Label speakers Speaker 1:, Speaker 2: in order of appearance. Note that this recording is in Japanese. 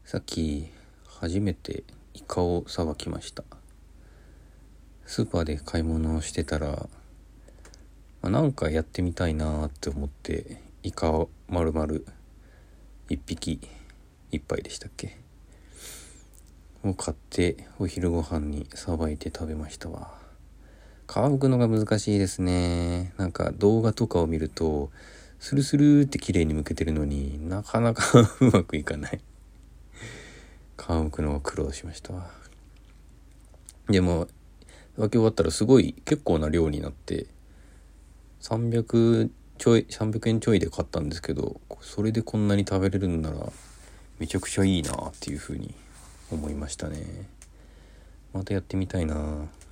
Speaker 1: さっき初めてイカをさばきました。スーパーで買い物をしてたら、なんかやってみたいなって思ってイカを丸々一匹一杯でしたっけを買ってお昼ご飯にさばいて食べましたわ。皮むくのが難しいですね。なんか動画とかを見るとスルスルって綺麗に剥けてるのになかなかうまくいかない。皮むくのが苦労しましたわ。でも分け終わったらすごい結構な量になって300円ちょいで買ったんですけど、それでこんなに食べれるんならめちゃくちゃいいなっていう風に思いましたね。またやってみたいな。